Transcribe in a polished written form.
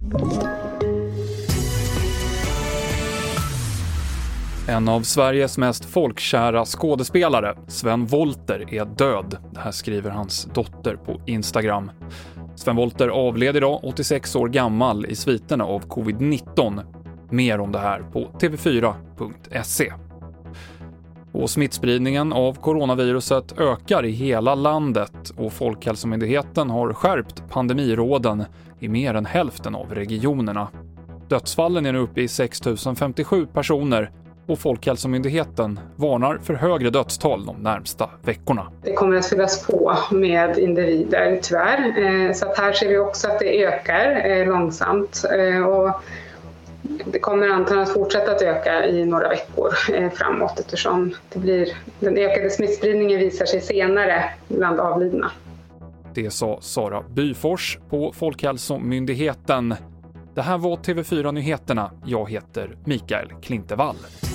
En av Sveriges mest folkkära skådespelare, Sven Wollter, är död. Det här skriver hans dotter på Instagram. Sven Wollter avled idag, 86 år gammal, i sviterna av covid-19. Mer om det här på tv4.se. Och smittspridningen av coronaviruset ökar i hela landet och Folkhälsomyndigheten har skärpt pandemiråden i mer än hälften av regionerna. Dödsfallen är nu uppe i 6 057 personer och Folkhälsomyndigheten varnar för högre dödstal de närmsta veckorna. Det kommer att fyllas på med individer tyvärr, så att här ser vi också att det ökar långsamt och det kommer antagligen att fortsätta att öka i några veckor framåt eftersom den ökade smittspridningen visar sig senare bland avlidna. Det sa Sara Byfors på Folkhälsomyndigheten. Det här var TV4-nyheterna. Jag heter Mikael Klintevall.